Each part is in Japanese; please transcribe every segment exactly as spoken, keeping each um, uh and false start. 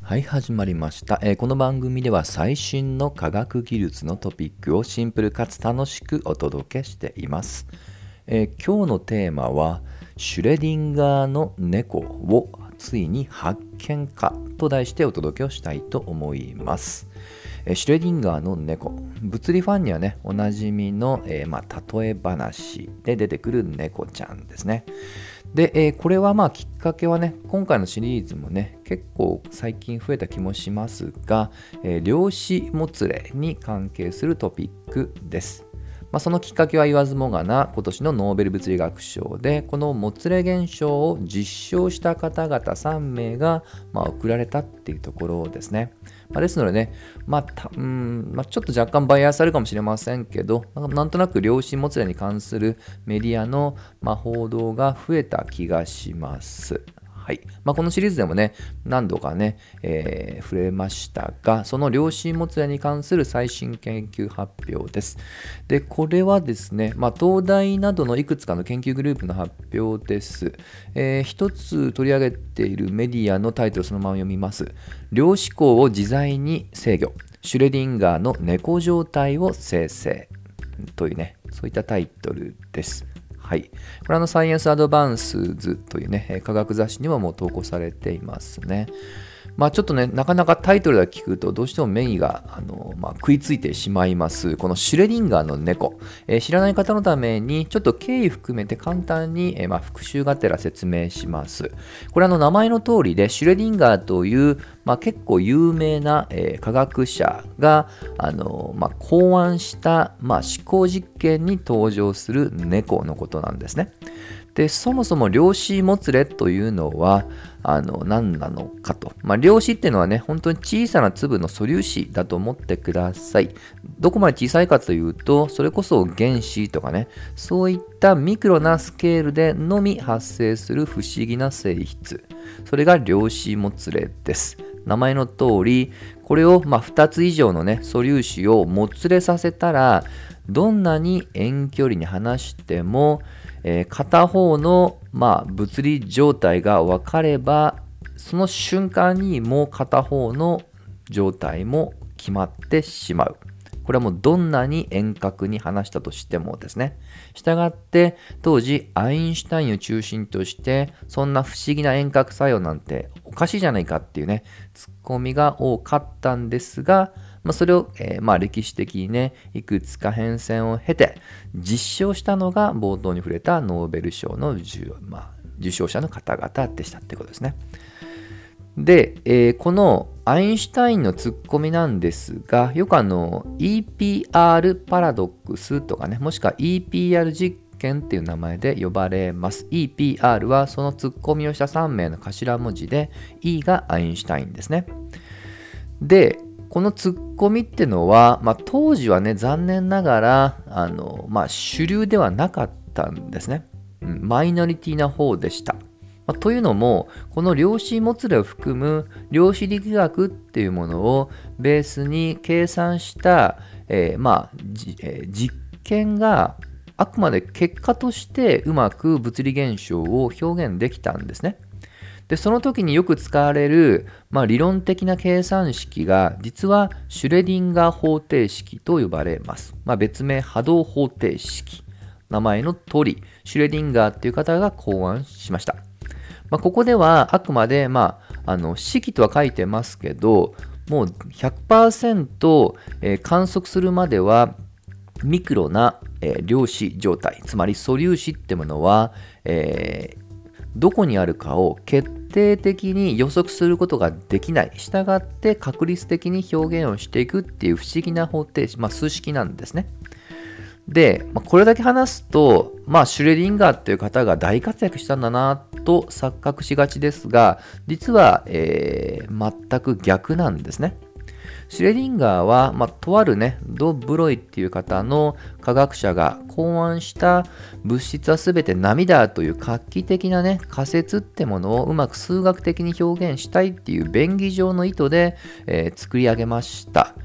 はい、始まりました、えーこの番組では最新の科学技術のトピックをシンプルかつ楽しくお届けしています。えー今日のテーマはシュレディンガーの猫をついに発見かと題してお届けをしたいと思います。えーシュレディンガーの猫、物理ファンにはねおなじみの、えーまあ、例え話で出てくる猫ちゃんですね。で、えーこれはまあきっかけはね、今回のシリーズもね、結構最近増えた気もしますが、えー量子もつれに関係するトピックです。まあ、そのきっかけは言わずもがな、今年のノーベル物理学賞で、このもつれ現象を実証した方々さんめいが、まあ、贈られたっていうところですね。まあ、ですのでね、まあたうんまあ、ちょっと若干バイアスあるかもしれませんけど、なんかなんとなく量子もつれに関するメディアの、まあ、報道が増えた気がします。はいまあ、このシリーズでもね、何度かね、えー触れましたが、その量子もつれに関する最新研究発表です。で、これはですね、まあ、東大などのいくつかの研究グループの発表です。えー一つ取り上げているメディアのタイトルそのまま読みます。量子光を自在に制御。シュレディンガーの猫状態を生成。というね、そういったタイトルです。はい。これはあのサイエンスアドバンスズというね、科学雑誌にはもう投稿されていますね。まあちょっとね、なかなかタイトルだけ聞くとどうしても目があの、まあ、食いついてしまいます。このシュレディンガーの猫、えー知らない方のためにちょっと経緯含めて簡単に、えーまあ、復習がてら説明します。これあの名前の通りでシュレディンガーという、まあ、結構有名な、えー科学者があの、まあ、考案した、まあ、思考実験に登場する猫のことなんですね。で、そもそも量子もつれというのはあの何なのかと。まあ、量子っていうのはね、本当に小さな粒の素粒子だと思ってください。どこまで小さいかというと、それこそ原子とかね、そういったミクロなスケールでのみ発生する不思議な性質。それが量子もつれです。名前の通り、これをまあふたつ以上のね、素粒子をもつれさせたら、どんなに遠距離に離しても、えー片方の、まあ、物理状態が分かれば、その瞬間にもう片方の状態も決まってしまう。これはもうどんなに遠隔に離したとしてもですね。したがって当時アインシュタインを中心としてそんな不思議な遠隔作用なんておかしいじゃないかっていうねツッコミが多かったんですが、まあ、それを、えーまあ、歴史的にねいくつか変遷を経て実証したのが冒頭に触れたノーベル賞の受、まあ、受賞者の方々でしたってことですね。で、えーこのアインシュタインのツッコミなんですが、よくあの イーピーアール パラドックスとかね、もしくは イーピーアール 実験っていう名前で呼ばれます。イーピーアール はそのツッコミをしたさんめいの頭文字で、E がアインシュタインですね。で、このツッコミってのは、まあ、当時はね、残念ながら、あの、まあ、主流ではなかったんですね。うんマイノリティな方でした。まあというのも、この量子もつれを含む量子力学っていうものをベースに計算した、えーまあじえー実験があくまで結果としてうまく物理現象を表現できたんですね。で、その時によく使われる、まあ、理論的な計算式が実はシュレディンガー方程式と呼ばれます。まあ、別名波動方程式。名前の通り、シュレディンガーっていう方が考案しました。まあ、ここではあくまで、まあ、あの式とは書いてますけど、もう ひゃくパーセント、えー観測するまではミクロな、えー量子状態、つまり素粒子ってものは、えーどこにあるかを決定的に予測することができない。したがって確率的に表現をしていくっていう不思議な方程式、まあ、数式なんですね。で、まあ、これだけ話すと、まあ、シュレディンガーっていう方が大活躍したんだなと錯覚しがちですが、実は、えー全く逆なんですね。シュレディンガーは、まあ、とあるね、ド・ブロイっていう方の科学者が考案した物質はすべて波だという画期的なね、仮説ってものをうまく数学的に表現したいっていう便宜上の意図で、えー作り上げました。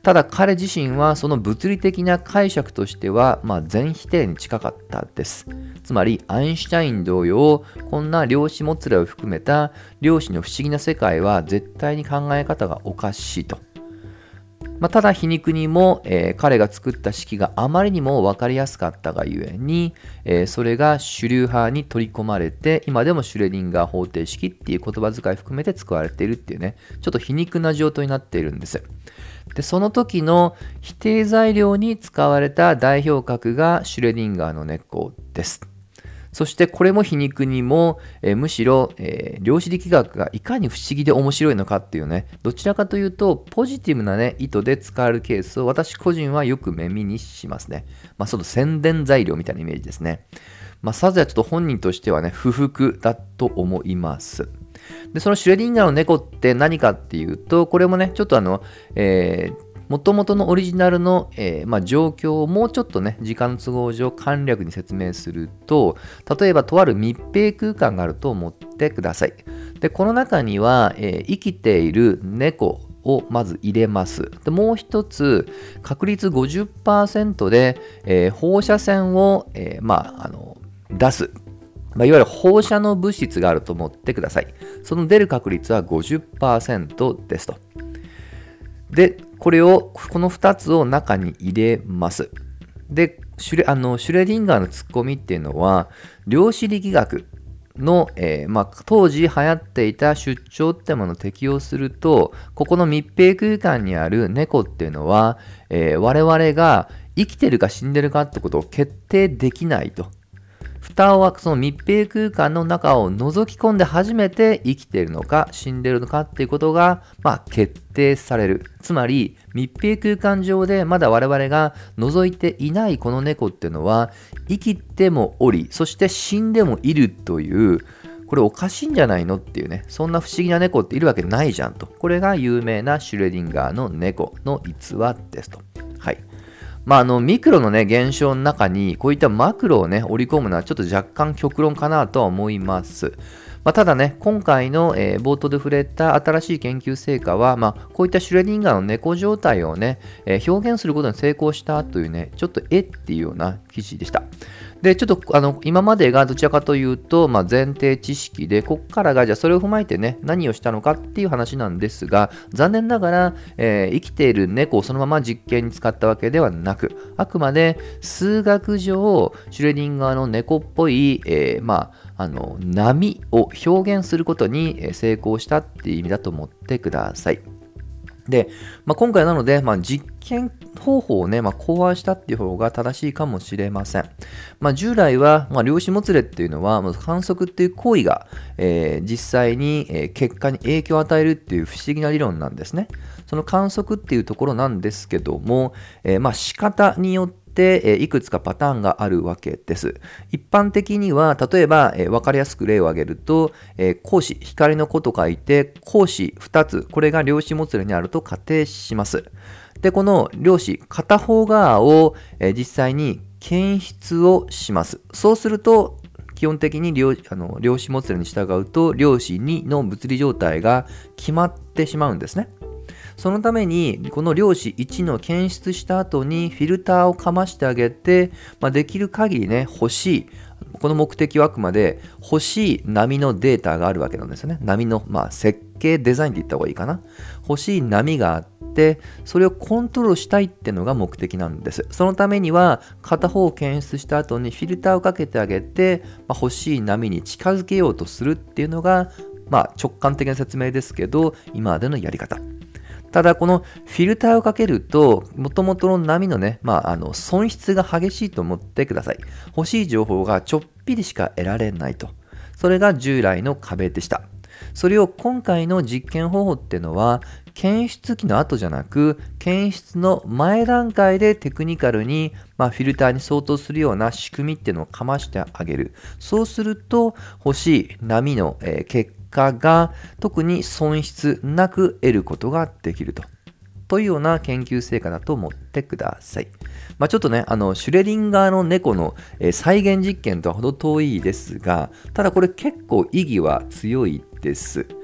ただ彼自身はその物理的な解釈としては、まあ、全否定に近かったです。つまりアインシュタイン同様、こんな量子もつれを含めた量子の不思議な世界は絶対に考え方がおかしいと。まあ、ただ皮肉にも、えー、彼が作った式があまりにも分かりやすかったがゆえに、えー、それが主流派に取り込まれて、今でもシュレディンガー方程式っていう言葉遣い含めて使われているっていうね、ちょっと皮肉な状態になっているんです。で、その時の否定材料に使われた代表格がシュレディンガーの猫です。そしてこれも皮肉にも、えー、むしろ、えー、量子力学がいかに不思議で面白いのかっていうね、どちらかというとポジティブなね、意図で使われるケースを私個人はよく耳にしますね。まあ、その宣伝材料みたいなイメージですね。まあ、さぞやちょっと本人としてはね、不服だと思います。で、そのシュレディンガーの猫って何かっていうと、これもね、ちょっとあの、えー元々のオリジナルの、えーまあ、状況をもうちょっとね、時間の都合上簡略に説明すると、例えばとある密閉空間があると思ってください。で、この中には、えー、生きている猫をまず入れます。で、もう一つ、確率 ごじゅっパーセント で、えー、放射線を、えー、まあ、あの出す。まあ、いわゆる放射能物質があると思ってください。その出る確率は ごじゅっパーセント ですと。で、これを、このふたつを中に入れます。で、シュレ、あの、シュレディンガーのツッコミっていうのは、量子力学の、えーまあ、当時流行っていた出張ってものを適用すると、ここの密閉空間にある猫っていうのは、えー、我々が生きてるか死んでるかってことを決定できないと。蓋を開くその密閉空間の中を覗き込んで初めて生きているのか死んでいるのかっていうことが、まあ、決定される。つまり密閉空間上でまだ我々が覗いていないこの猫っていうのは生きてもおり、そして死んでもいるという、これおかしいんじゃないのっていうね、そんな不思議な猫っているわけないじゃんと。これが有名なシュレディンガーの猫の逸話ですと。はい。まあ、あのミクロのね現象の中にこういったマクロをね織り込むのはちょっと若干極論かなとは思います。まあ、ただね、今回の、えー、冒頭で触れた新しい研究成果は、まあ、こういったシュレディンガーの猫状態をね、えー、表現することに成功したというね、ちょっとえっていうような記事でした。で、ちょっとあの今までがどちらかというと、まあ、前提知識で、ここからがじゃあそれを踏まえてね、何をしたのかっていう話なんですが、残念ながら、えー、生きている猫をそのまま実験に使ったわけではなく、あくまで数学上、シュレディンガーの猫っぽい、えー、まあ、あの波を表現することに成功したっていう意味だと思ってください。で、まあ、今回なので、まあ、実験方法をね、まあ、考案したっていう方が正しいかもしれません。まあ、従来は、まあ、量子もつれっていうのは、まず観測っていう行為が、えー、実際に、えー、結果に影響を与えるっていう不思議な理論なんですね。その観測っていうところなんですけども、えー、まあ仕方によってでいくつかパターンがあるわけです。一般的には、例えば、えー、分かりやすく例を挙げると、えー、光子、光の子と書いて、光子ふたつ、これが量子もつれにあると仮定します。で、この量子、片方側を、えー、実際に検出をします。そうすると、基本的に 量, あの量子もつれに従うと、量子にの物理状態が決まってしまうんですね。そのために、この量子いちの検出した後にフィルターをかましてあげて、まあ、できる限りね、欲しい、この目的はあくまで欲しい波のデータがあるわけなんですよね。波の、まあ、設計、デザインって言った方がいいかな。欲しい波があって、それをコントロールしたいっていうのが目的なんです。そのためには、片方を検出した後にフィルターをかけてあげて、まあ、欲しい波に近づけようとするっていうのが、まあ、直感的な説明ですけど、今までのやり方。ただこのフィルターをかけると元々の波のね、まあ、あの損失が激しいと思ってください。欲しい情報がちょっぴりしか得られないと。それが従来の壁でした。それを今回の実験方法っていうのは検出期の後じゃなく検出の前段階でテクニカルに、まあ、フィルターに相当するような仕組みっていうのをかましてあげる。そうすると欲しい波の、えー、結果が特に損失なく得ることができると。というような研究成果だと思ってください。まあ、ちょっとね、あのシュレディンガーの猫の、えー、再現実験とはほど遠いですが、ただこれ結構意義は強いです。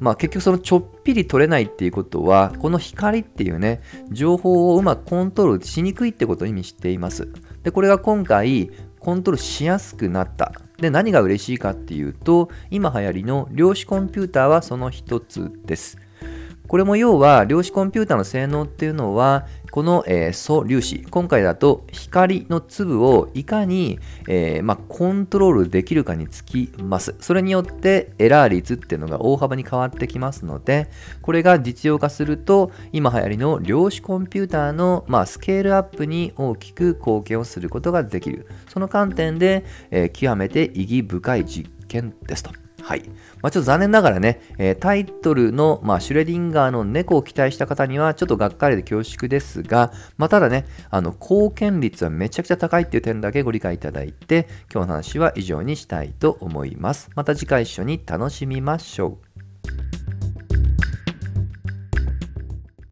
まあ、結局そのちょっぴり取れないっていうことは、この光っていうね、情報をうまくコントロールしにくいってことを意味しています。で、これが今回、コントロールしやすくなった。で、何が嬉しいかっていうと、今流行りの量子コンピューターはその一つです。これも要は量子コンピューターの性能っていうのはこの、えー、素粒子、今回だと光の粒をいかに、えーまあ、コントロールできるかにつきます。それによってエラー率っていうのが大幅に変わってきますので、これが実用化すると今流行りの量子コンピューターの、まあ、スケールアップに大きく貢献をすることができる。その観点で、えー、極めて意義深い実験ですと。はい。まあ、ちょっと残念ながらね、えー、タイトルの、まあ、シュレディンガーの猫を期待した方にはちょっとがっかりで恐縮ですが、まあ、ただね、あの、貢献率はめちゃくちゃ高いっていう点だけご理解いただいて、今日の話は以上にしたいと思います。また次回一緒に楽しみましょう。